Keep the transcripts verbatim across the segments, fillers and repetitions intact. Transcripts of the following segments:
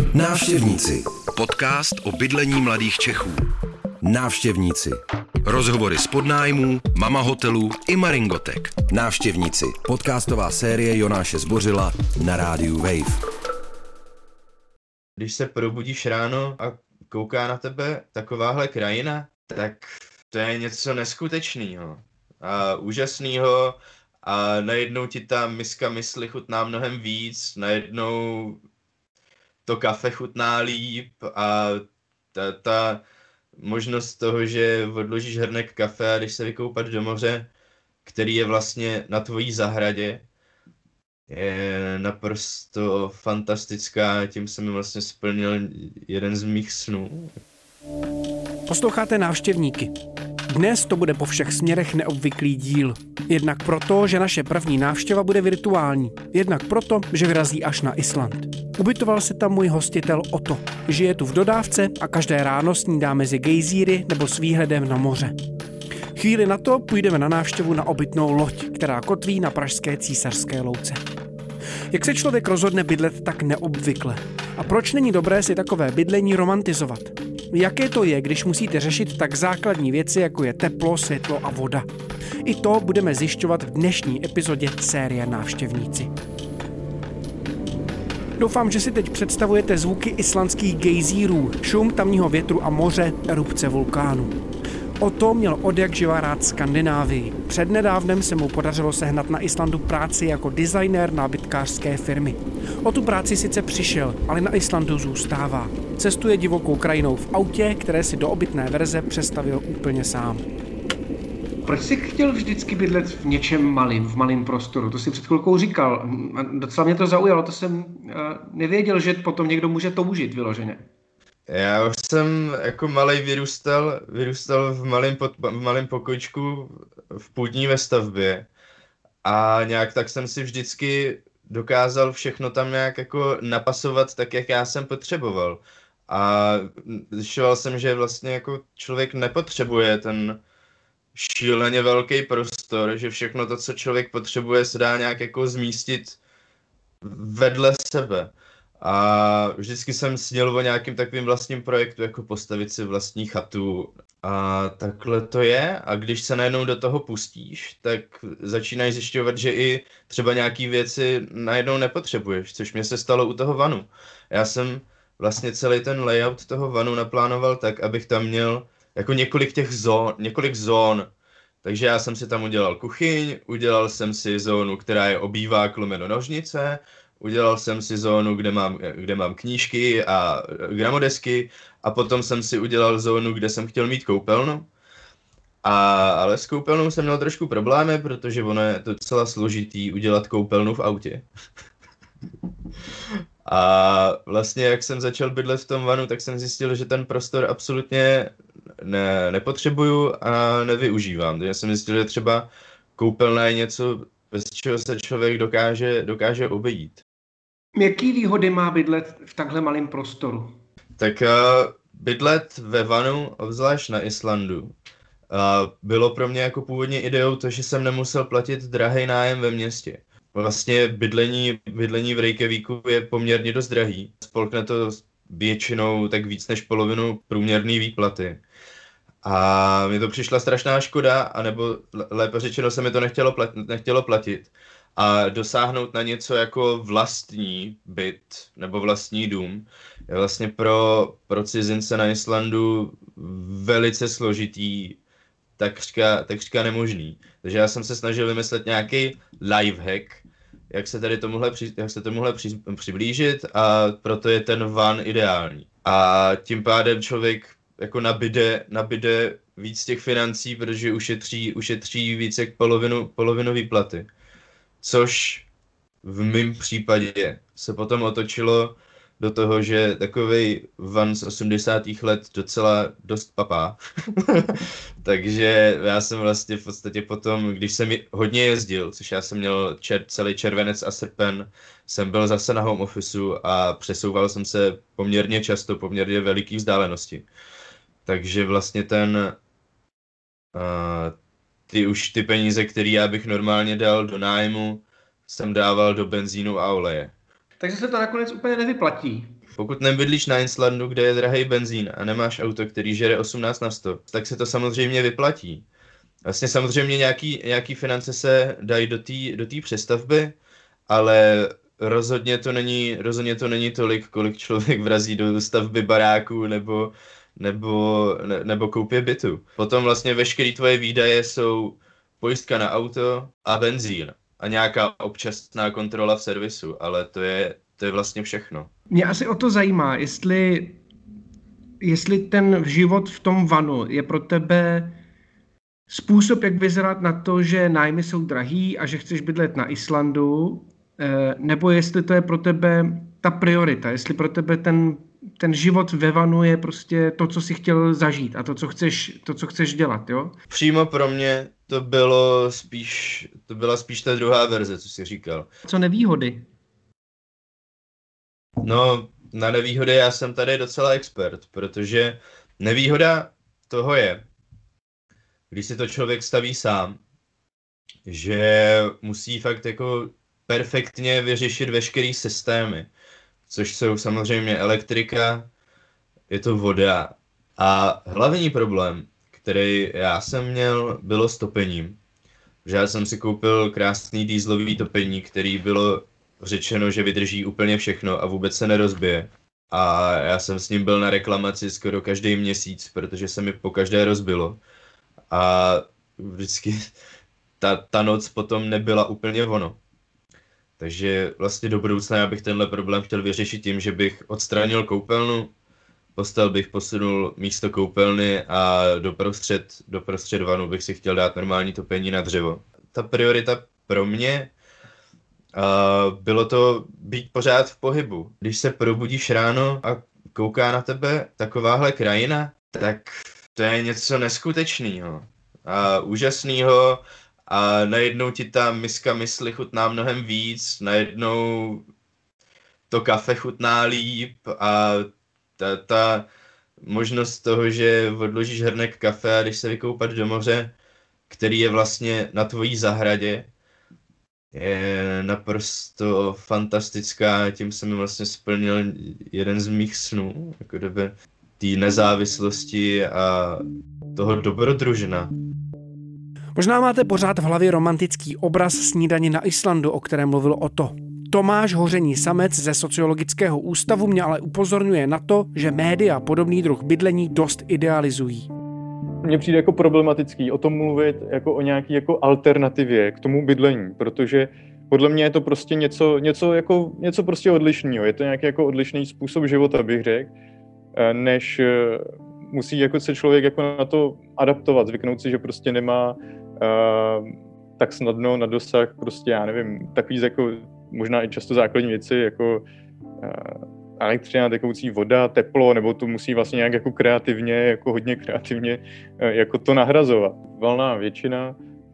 Návštěvníci. Podcast o bydlení mladých Čechů. Návštěvníci. Rozhovory z podnájmů, mama hotelů i maringotek. Návštěvníci. Podcastová série Jonáše Zbořila na rádiu Wave. Když se probudíš ráno a kouká na tebe takováhle krajina, tak to je něco neskutečného a úžasného a najednou ti ta miska mysli chutná mnohem víc, najednou to kafe chutná líp a ta, ta možnost toho, že odložíš hrnek kafe a jdeš se vykoupat do moře, který je vlastně na tvojí zahradě, je naprosto fantastická, tím se mi vlastně splnil jeden z mých snů. Posloucháte Návštěvníky. Dnes to bude po všech směrech neobvyklý díl. Jednak proto, že naše první návštěva bude virtuální. Jednak proto, že vyrazí až na Island. Ubytoval se tam můj hostitel Otto. Žije tu v dodávce a každé ráno snídá mezi gejzíry nebo s výhledem na moře. Chvíli na to půjdeme na návštěvu na obytnou loď, která kotví na pražské Císařské louce. Jak se člověk rozhodne bydlet tak neobvykle? A proč není dobré si takové bydlení romantizovat? Jaké to je, když musíte řešit tak základní věci, jako je teplo, světlo a voda? I to budeme zjišťovat v dnešní epizodě série Návštěvníci. Doufám, že si teď představujete zvuky islandských gejzírů, šum tamního větru a moře, erupce vulkánu. Otto měl odjakživa rád Skandinávii. Přednedávnem se mu podařilo sehnat na Islandu práci jako designér nábytkářské firmy. O tu práci sice přišel, ale na Islandu zůstává. Cestuje divokou krajinou v autě, které si do obytné verze přestavil úplně sám. Proč jsi chtěl vždycky bydlet v něčem malým, v malém prostoru? To jsi před chvilkou říkal. Docela mě to zaujalo, to jsem nevěděl, že potom někdo může toužit vyloženě. Já už jsem jako malej vyrůstal, vyrůstal v malém, pod, v malém pokojičku v půdní ve stavbě a nějak tak jsem si vždycky dokázal všechno tam nějak jako napasovat tak, jak já jsem potřeboval. A zjišťoval jsem, že vlastně jako člověk nepotřebuje ten šíleně velký prostor, že všechno to, co člověk potřebuje, se dá nějak jako zmístit vedle sebe. A vždycky jsem snil o nějakým takovým vlastním projektu, jako postavit si vlastní chatu. A takhle to je. A když se najednou do toho pustíš, tak začínáš zjišťovat, že i třeba nějaký věci najednou nepotřebuješ, což mě se stalo u toho vanu. Já jsem vlastně celý ten layout toho vanu naplánoval tak, abych tam měl jako několik těch zón, několik zón. Takže já jsem si tam udělal kuchyň, udělal jsem si zónu, která je obývák lomeno nožnice, udělal jsem si zónu, kde mám, kde mám knížky a gramodesky a potom jsem si udělal zónu, kde jsem chtěl mít koupelnu. A, ale s koupelnou jsem měl trošku problémy, protože ono je to docela složitý udělat koupelnu v autě. A vlastně jak jsem začal bydlet v tom vanu, tak jsem zjistil, že ten prostor absolutně ne, nepotřebuju a nevyužívám. Takže jsem zjistil, že třeba koupelna je něco, bez čeho se člověk dokáže, dokáže obejít. Jaký výhody má bydlet v takhle malém prostoru? Tak uh, bydlet ve vanu, obzvlášť na Islandu, uh, bylo pro mě jako původně ideou to, že jsem nemusel platit drahý nájem ve městě. Vlastně bydlení, bydlení v Reykjavíku je poměrně dost drahý. Spolkne to většinou tak víc než polovinu průměrné výplaty. A mi to přišla strašná škoda, anebo lépe řečeno se mi to nechtělo platit, nechtělo platit. A dosáhnout na něco jako vlastní byt nebo vlastní dům je vlastně pro, pro cizince na Islandu velice složitý, takřka, takřka nemožný. Takže já jsem se snažil vymyslet nějaký lifehack, jak se tady tomuhle, jak se tomuhle při, přiblížit, a proto je ten van ideální. A tím pádem člověk jako nabide, nabide víc těch financí, protože ušetří, ušetří víc jak polovinu, polovinu výplaty. Což v mém případě se potom otočilo do toho, že takovej van z osmdesátých let docela dost papá. Takže já jsem vlastně v podstatě potom, když jsem hodně jezdil, což já jsem měl čer, celý červenec a srpen, jsem byl zase na home officeu a přesouval jsem se poměrně často, poměrně veliký vzdálenosti. Takže vlastně ten... Uh, ty už ty peníze, které já bych normálně dal do nájmu, jsem dával do benzínu a oleje. Takže se to nakonec úplně nevyplatí. Pokud nebydlíš na Islandu, kde je drahý benzín a nemáš auto, který žere osmnáct na sto, tak se to samozřejmě vyplatí. Vlastně samozřejmě nějaký, nějaký finance se dají do té do té přestavby, ale rozhodně to není, rozhodně to není tolik, kolik člověk vrazí do stavby baráku nebo, nebo, ne, nebo koupě bytu. Potom vlastně veškeré tvoje výdaje jsou pojistka na auto a benzín a nějaká občasná kontrola v servisu, ale to je, to je vlastně všechno. Mě asi o to zajímá, jestli, jestli ten život v tom vanu je pro tebe způsob, jak vyzerat na to, že nájmy jsou drahý a že chceš bydlet na Islandu, nebo jestli to je pro tebe ta priorita, jestli pro tebe ten, ten život ve vanu je prostě to, co jsi chtěl zažít a to, co chceš, to, co chceš dělat, jo? Přímo pro mě to bylo spíš, to byla spíš ta druhá verze, co jsi říkal. Co nevýhody? No, na nevýhody já jsem tady docela expert, protože nevýhoda toho je, když si to člověk staví sám, že musí fakt jako perfektně vyřešit veškerý systémy, což jsou samozřejmě elektrika, je to voda a hlavní problém, který já jsem měl, bylo s topením. Že já jsem si koupil krásný dieselový topení, který bylo řečeno, že vydrží úplně všechno a vůbec se nerozbije. A já jsem s ním byl na reklamaci skoro každý měsíc, protože se mi pokaždé rozbilo. A vždycky ta, ta noc potom nebyla úplně ono. Takže vlastně do budoucna já bych tenhle problém chtěl vyřešit tím, že bych odstranil koupelnu, postel bych posunul místo koupelny a doprostřed, doprostřed vanu bych si chtěl dát normální topení na dřevo. Ta priorita pro mě uh, bylo to být pořád v pohybu. Když se probudíš ráno a kouká na tebe takováhle krajina, tak to je něco neskutečného a úžasného. A najednou ti ta miska mysli chutná mnohem víc, najednou to kafe chutná líp a ta, ta možnost toho, že odložíš hrnek kafe a jdeš se vykoupat do moře, který je vlastně na tvojí zahradě, je naprosto fantastická. Tím jsem vlastně splnil jeden z mých snů, jako doby té nezávislosti a toho dobrodružna. Možná máte pořád v hlavě romantický obraz snídaně na Islandu, o kterém mluvil Otto. Tomáš Hoření Samec ze Sociologického ústavu mě ale upozorňuje na to, že média podobný druh bydlení dost idealizují. Mně přijde jako problematický o tom mluvit jako o nějaký jako alternativě k tomu bydlení, protože podle mě je to prostě něco, něco, jako, něco prostě odlišného. Je to nějaký jako odlišný způsob života, bych řekl, než musí jako se člověk jako na to adaptovat, zvyknout si, že prostě nemá uh, tak snadno na dosah prostě, já nevím, takový jako možná i často základní věci, jako uh, elektřina, tekoucí voda, teplo, nebo to musí vlastně nějak jako kreativně, jako hodně kreativně uh, jako to nahrazovat. Valná většina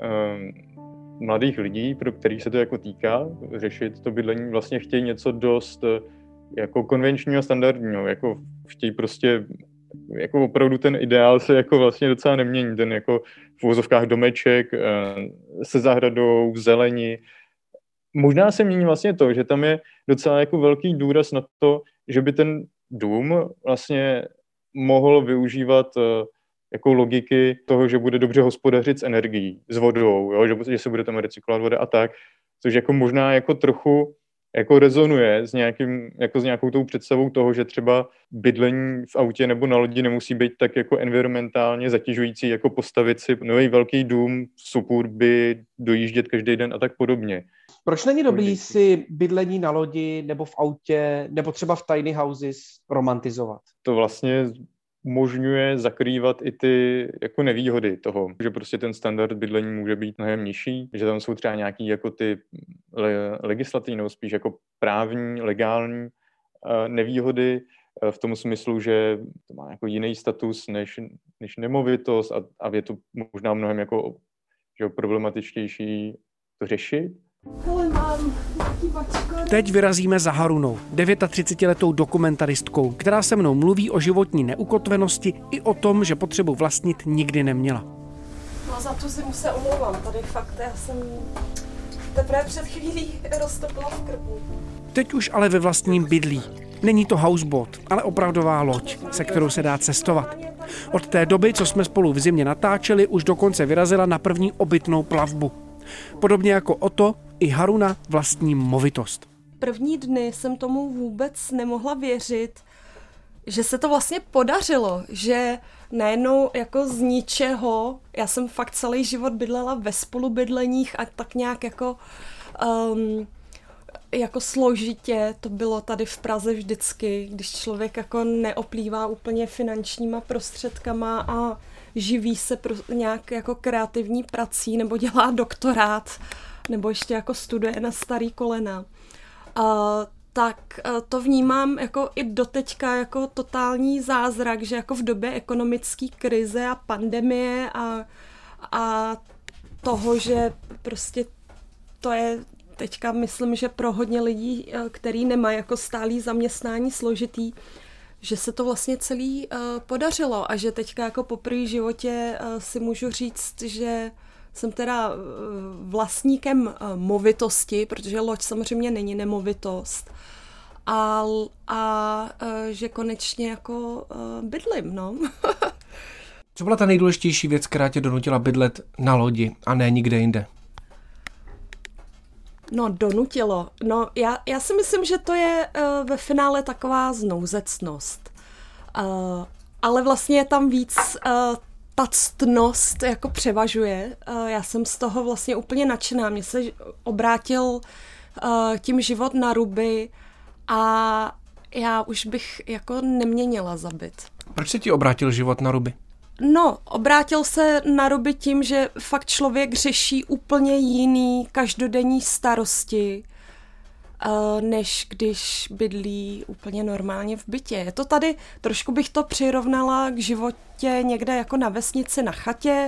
uh, mladých lidí, pro kterých se to jako týká, řešit to bydlení, vlastně chtějí něco dost uh, jako konvenčního, standardního, jako chtějí prostě jako opravdu ten ideál se jako vlastně docela nemění, ten jako v uvozovkách domeček se zahradou, v zeleni. Možná se mění vlastně to, že tam je docela jako velký důraz na to, že by ten dům vlastně mohl využívat jako logiky toho, že bude dobře hospodařit s energií, s vodou, jo? Že, že se bude tam recyklovat voda a tak, což jako možná jako trochu jako rezonuje s, nějakým, jako s nějakou tou představou toho, že třeba bydlení v autě nebo na lodi nemusí být tak jako environmentálně zatěžující, jako postavit si nový velký dům v suburbii, dojíždět každý den a tak podobně. Proč není dobrý si bydlení na lodi nebo v autě nebo třeba v tiny houses romantizovat? To vlastně umožňuje zakrývat i ty jako nevýhody toho, že prostě ten standard bydlení může být mnohem nižší, že tam jsou třeba nějaký jako ty le- legislativní, nebo spíš jako právní, legální uh, nevýhody uh, v tom smyslu, že to má jako jiný status než, než nemovitost a, a je to možná mnohem jako že problematičtější to řešit. Hele, mám Teď vyrazíme za Harunou, třicetidevítiletou dokumentaristkou, která se mnou mluví o životní neukotvenosti i o tom, že potřebu vlastnit nikdy neměla. No za tu zimu se omlouvám, tady fakt já jsem teprve před chvílí roztopila v krbu. Teď už ale ve vlastním bydlí. Není to houseboat, ale opravdová loď, se kterou se dá cestovat. Od té doby, co jsme spolu v zimě natáčeli, už dokonce vyrazila na první obytnou plavbu. Podobně jako Otto, i Haruna vlastní movitost. První dny jsem tomu vůbec nemohla věřit, že se to vlastně podařilo, že najednou jako z ničeho, já jsem fakt celý život bydlela ve spolubydleních a tak nějak jako, um, jako složitě to bylo tady v Praze vždycky, když člověk jako neoplývá úplně finančníma prostředkama a živí se pro nějak jako kreativní prací nebo dělá doktorát nebo ještě jako studuje na starý kolena. Uh, tak to vnímám jako i doteďka jako totální zázrak, že jako v době ekonomické krize a pandemie a, a toho, že prostě to je teďka myslím, že pro hodně lidí, který nemají jako stálý zaměstnání složitý, že se to vlastně celý uh, podařilo a že teďka jako po první životě uh, si můžu říct, že jsem teda uh, vlastníkem uh, movitosti, protože loď samozřejmě není nemovitost. A, a uh, že konečně jako uh, bydlím, no. Co byla ta nejdůležitější věc, která tě donutila bydlet na lodi a ne nikde jinde? No, donutilo. No, já, já si myslím, že to je uh, ve finále taková znouzecnost. Uh, ale vlastně je tam víc uh, ta ctnost jako převažuje. Uh, já jsem z toho vlastně úplně nadšená. Mně se obrátil uh, tím život na ruby a já už bych jako neměnila za byt. Proč se ti obrátil život na ruby? No, obrátil se na ruby tím, že fakt člověk řeší úplně jiný každodenní starosti, než když bydlí úplně normálně v bytě. Je to tady, trošku bych to přirovnala k životě někde jako na vesnici, na chatě,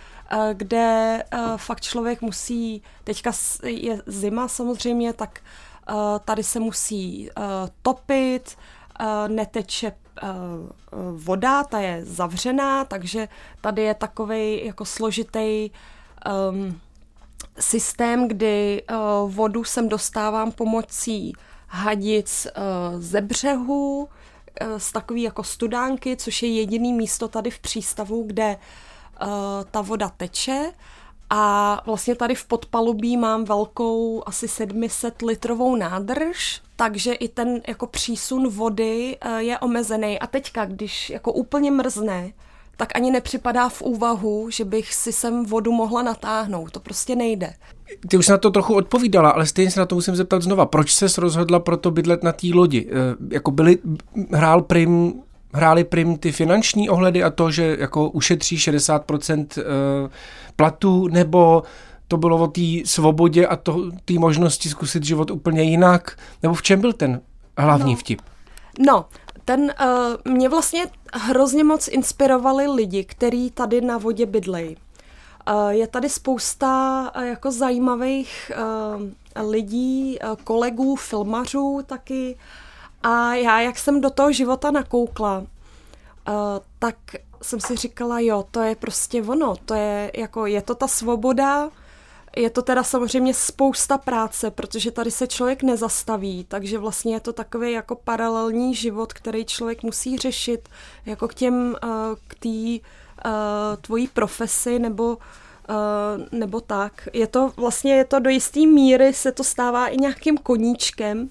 kde fakt člověk musí, teďka je zima samozřejmě, tak tady se musí topit, neteče voda, ta je zavřená, takže tady je takovej jako složitý um, systém, kdy uh, vodu sem dostávám pomocí hadic uh, ze břehu, uh, z takový jako studánky, což je jediný místo tady v přístavu, kde uh, ta voda teče. A vlastně tady v podpalubí mám velkou asi sedm set litrovou nádrž, takže i ten jako přísun vody je omezený. A teďka, když jako úplně mrzne, tak ani nepřipadá v úvahu, že bych si sem vodu mohla natáhnout. To prostě nejde. Ty už na to trochu odpovídala, ale stejně se na to musím zeptat znova. Proč ses rozhodla pro to bydlet na té lodi? E, jako byli, hrál prim... Hrály prim ty finanční ohledy a to, že jako ušetří šedesát procent platů, nebo to bylo o té svobodě a té možnosti zkusit život úplně jinak? Nebo v čem byl ten hlavní no. vtip? No, ten uh, mě vlastně hrozně moc inspirovali lidi, kteří tady na vodě bydlejí. Uh, je tady spousta uh, jako zajímavých uh, lidí, uh, kolegů, filmařů taky. A já, jak jsem do toho života nakoukla, uh, tak jsem si říkala, jo, to je prostě ono, to je jako, je to ta svoboda, je to teda samozřejmě spousta práce, protože tady se člověk nezastaví, takže vlastně je to takový jako paralelní život, který člověk musí řešit, jako k těm, uh, k té uh, tvojí profesi nebo uh, nebo tak. Je to vlastně, je to do jisté míry, se to stává i nějakým koníčkem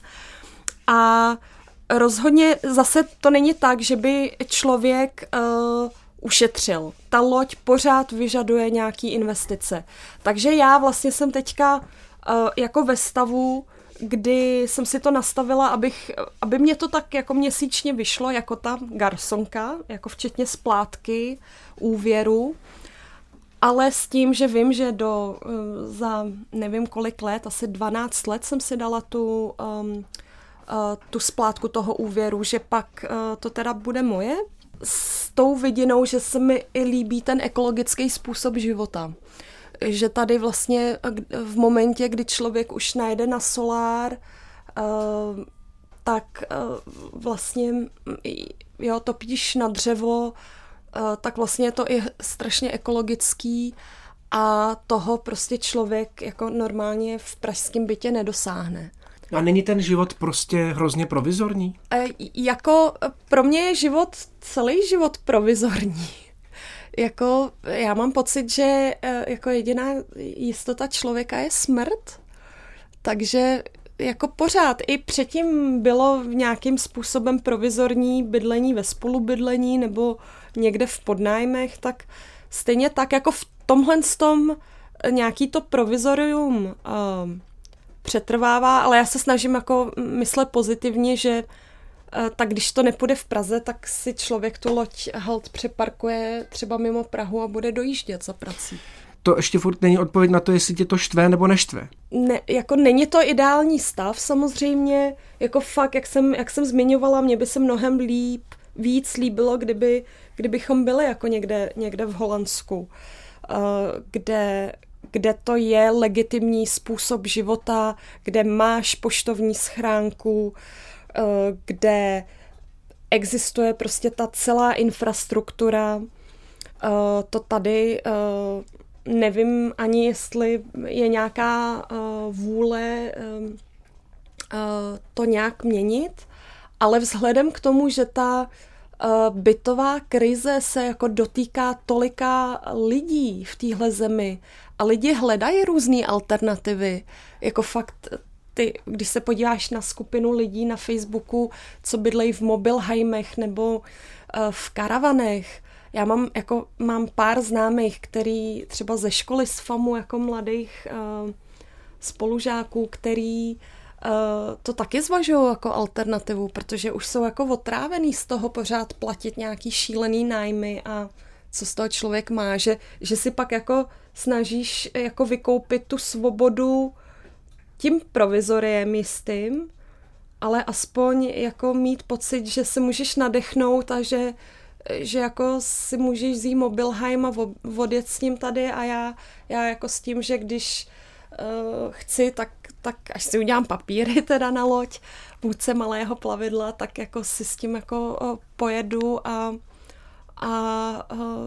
a rozhodně zase to není tak, že by člověk uh, ušetřil. Ta loď pořád vyžaduje nějaký investice. Takže já vlastně jsem teďka uh, jako ve stavu, kdy jsem si to nastavila, abych, aby mě to tak jako měsíčně vyšlo, jako ta garsonka, jako včetně splátky, úvěru, ale s tím, že vím, že do uh, za nevím kolik let, asi dvanáct let jsem si dala tu um, tu splátku toho úvěru, že pak to teda bude moje. S tou vidinou, že se mi i líbí ten ekologický způsob života. Že tady vlastně v momentě, kdy člověk už najde na solár, tak vlastně jo, topíš na dřevo, tak vlastně je to i strašně ekologický a toho prostě člověk jako normálně v pražském bytě nedosáhne. A není ten život prostě hrozně provizorní? E, jako pro mě je život, celý život provizorní. Jako já mám pocit, že jako jediná jistota člověka je smrt, takže jako pořád i předtím bylo v nějakým způsobem provizorní bydlení ve spolubydlení nebo někde v podnájmech, tak stejně tak jako v tomhle tom nějaký to provizorium uh, přetrvává, ale já se snažím jako myslet pozitivně, že uh, tak když to nepůjde v Praze, tak si člověk tu loď halt přeparkuje třeba mimo Prahu a bude dojíždět za prací. To ještě furt není odpověď na to, jestli tě to štve nebo neštve. Ne, jako není to ideální stav, samozřejmě, jako fakt, jak jsem, jak jsem zmiňovala, mě by se mnohem líp, víc líbilo, kdyby, kdybychom byli jako někde, někde v Holandsku, uh, kde, kde to je legitimní způsob života, kde máš poštovní schránku, uh, kde existuje prostě ta celá infrastruktura. Uh, to tady... Uh, Nevím ani, jestli je nějaká uh, vůle uh, uh, to nějak měnit, ale vzhledem k tomu, že ta uh, bytová krize se jako dotýká tolika lidí v téhle zemi a lidi hledají různé alternativy, jako fakt ty, když se podíváš na skupinu lidí na Facebooku, co bydlejí v mobilheimech nebo uh, v karavanech. Já mám, jako, mám pár známých, který třeba ze školy z FAMu jako mladých uh, spolužáků, který uh, to taky zvažují jako alternativu, protože už jsou jako otrávený z toho pořád platit nějaký šílený nájmy a co z toho člověk má, že, že si pak jako snažíš jako vykoupit tu svobodu tím provizoriem jistým, ale aspoň jako mít pocit, že se můžeš nadechnout a že že jako si můžeš vzít mobilheim a odjet s ním tady a já, já jako s tím, že když uh, chci, tak, tak až si udělám papíry teda na loď, vůdce malého plavidla, tak jako si s tím jako uh, pojedu a, a uh,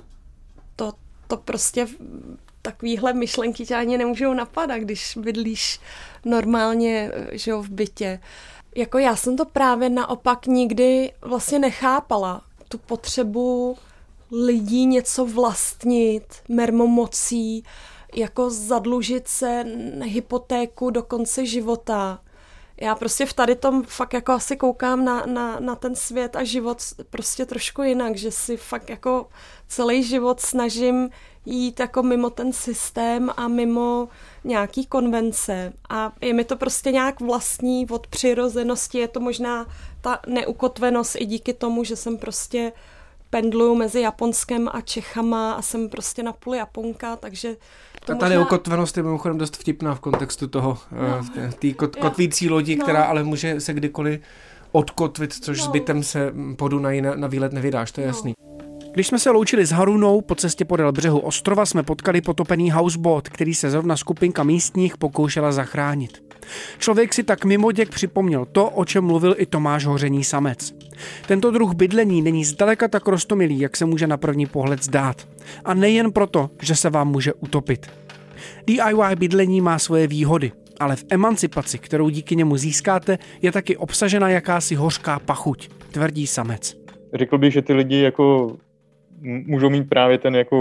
to, to prostě takovýhle myšlenky tě ani nemůžou napadat, když bydlíš normálně, že jo, v bytě. Jako já jsem to právě naopak nikdy vlastně nechápala, tu potřebu lidí něco vlastnit, mermomocí, jako zadlužit se na hypotéku do konce života. Já prostě v tady tom fakt jako asi koukám na, na, na ten svět a život prostě trošku jinak, že si fakt jako celý život snažím jít jako mimo ten systém a mimo nějaký konvence. A je mi to prostě nějak vlastní od přirozenosti, je to možná ta neukotvenost i díky tomu, že jsem prostě pendluju mezi Japonskem a Čechama a jsem prostě napůl Japonka, takže... Ta možná... neukotvenost je mimochodem dost vtipná v kontextu toho, no. té kot, kotvící lodi, no. Která ale může se kdykoliv odkotvit, což no. S bytem se po Dunaji na, na výlet nevydáš, to je no. Jasný. Když jsme se loučili s Harunou, po cestě podél břehu ostrova jsme potkali potopený houseboat, který se zrovna skupinka místních pokoušela zachránit. Člověk si tak mimoděk připomněl to, o čem mluvil i Tomáš Hořený samec. Tento druh bydlení není zdaleka tak roztomilý, jak se může na první pohled zdát. A nejen proto, že se vám může utopit. D I Y bydlení má svoje výhody, ale v emancipaci, kterou díky němu získáte, je taky obsažena jakási hořká pachuť, tvrdí samec. Řekl bych, že ty lidi jako můžou mít právě ten jako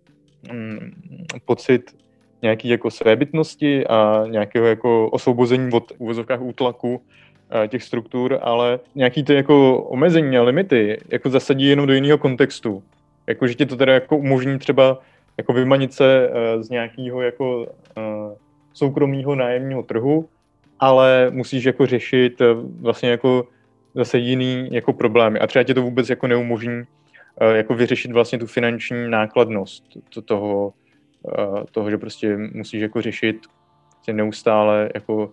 mm, pocit nějaký jako svébytnosti a nějakého jako osvobození od uvozovkách útlaku těch struktur, ale nějaký ty jako omezení a limity jako zasadí jenom do jiného kontextu. Jako, že ti to teda jako umožní třeba jako vymanit se z nějakého jako soukromého nájemního trhu, ale musíš jako řešit vlastně jako zase jiný jako problémy. A třeba ti to vůbec jako neumožní jako vyřešit vlastně tu finanční nákladnost toho, toho, že prostě musíš jako řešit neustále jako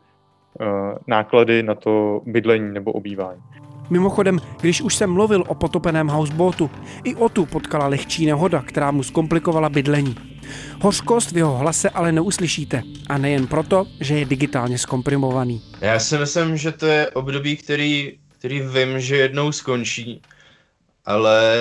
náklady na to bydlení nebo obývání. Mimochodem, když už jsem mluvil o potopeném houseboatu, i o tu potkala lehčí nehoda, která mu zkomplikovala bydlení. Hořkost v jeho hlase ale neuslyšíte. A nejen proto, že je digitálně zkomprimovaný. Já si myslím, že to je období, který, který vím, že jednou skončí, ale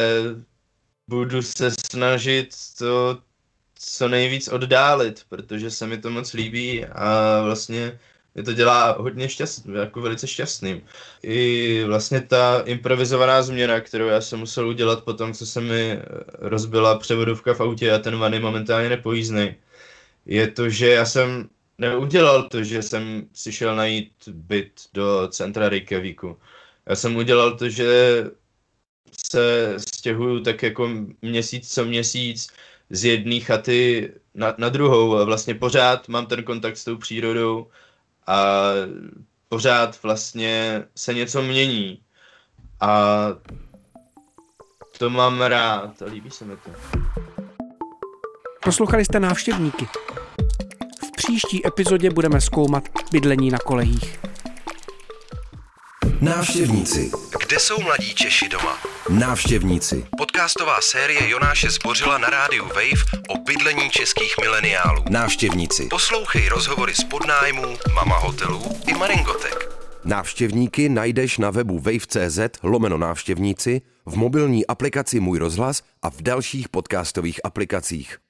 budu se snažit to co nejvíc oddálit, protože se mi to moc líbí a vlastně mě to dělá hodně šťastný, jako velice šťastným. I vlastně ta improvizovaná změna, kterou já jsem musel udělat po tom, co se mi rozbila převodovka v autě a ten van je momentálně nepojízdnej, je to, že já jsem neudělal to, že jsem si šel najít byt do centra Reykjavíku. Já jsem udělal to, že se stěhuju tak jako měsíc co měsíc z jedné chaty na, na druhou a vlastně pořád mám ten kontakt s tou přírodou a pořád vlastně se něco mění a to mám rád a líbí se mi to. Poslouchali jste Návštěvníky. V příští epizodě budeme zkoumat bydlení na kolejích. Návštěvníci. Kde jsou mladí Češi doma? Návštěvníci. Podcastová série Jonáše Zbořila na rádiu Wave o bydlení českých mileniálů. Návštěvníci. Poslouchej rozhovory z podnájmů, Mama hotelů i Maringotek. Návštěvníky najdeš na webu wave tečka cé zet lomeno návštěvníci, v mobilní aplikaci Můj rozhlas a v dalších podcastových aplikacích.